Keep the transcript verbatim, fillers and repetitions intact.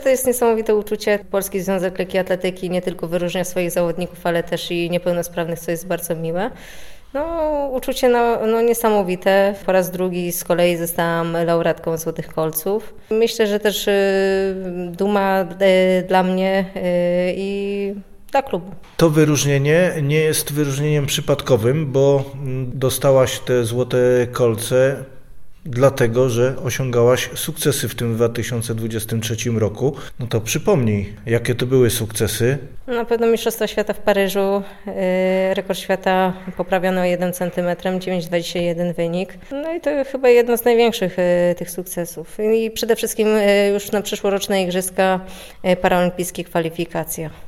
To jest niesamowite uczucie. Polski Związek Lekkiej Atletyki nie tylko wyróżnia swoich zawodników, ale też i niepełnosprawnych, co jest bardzo miłe. No, uczucie no, no niesamowite. Po raz drugi z kolei zostałam laureatką Złotych Kolców. Myślę, że też y, duma y, dla mnie y, i dla klubu. To wyróżnienie nie jest wyróżnieniem przypadkowym, bo dostałaś te Złote Kolce dlatego, że osiągałaś sukcesy w tym dwa tysiące dwudziestym trzecim roku. No to przypomnij, jakie to były sukcesy? Na pewno Mistrzostwa Świata w Paryżu, yy, rekord świata poprawiony o jeden centymetr, dziewięć dwadzieścia jeden wynik. No i to chyba jedno z największych yy, tych sukcesów. I przede wszystkim yy, już na przyszłoroczne Igrzyska yy, paraolimpijskie kwalifikacje.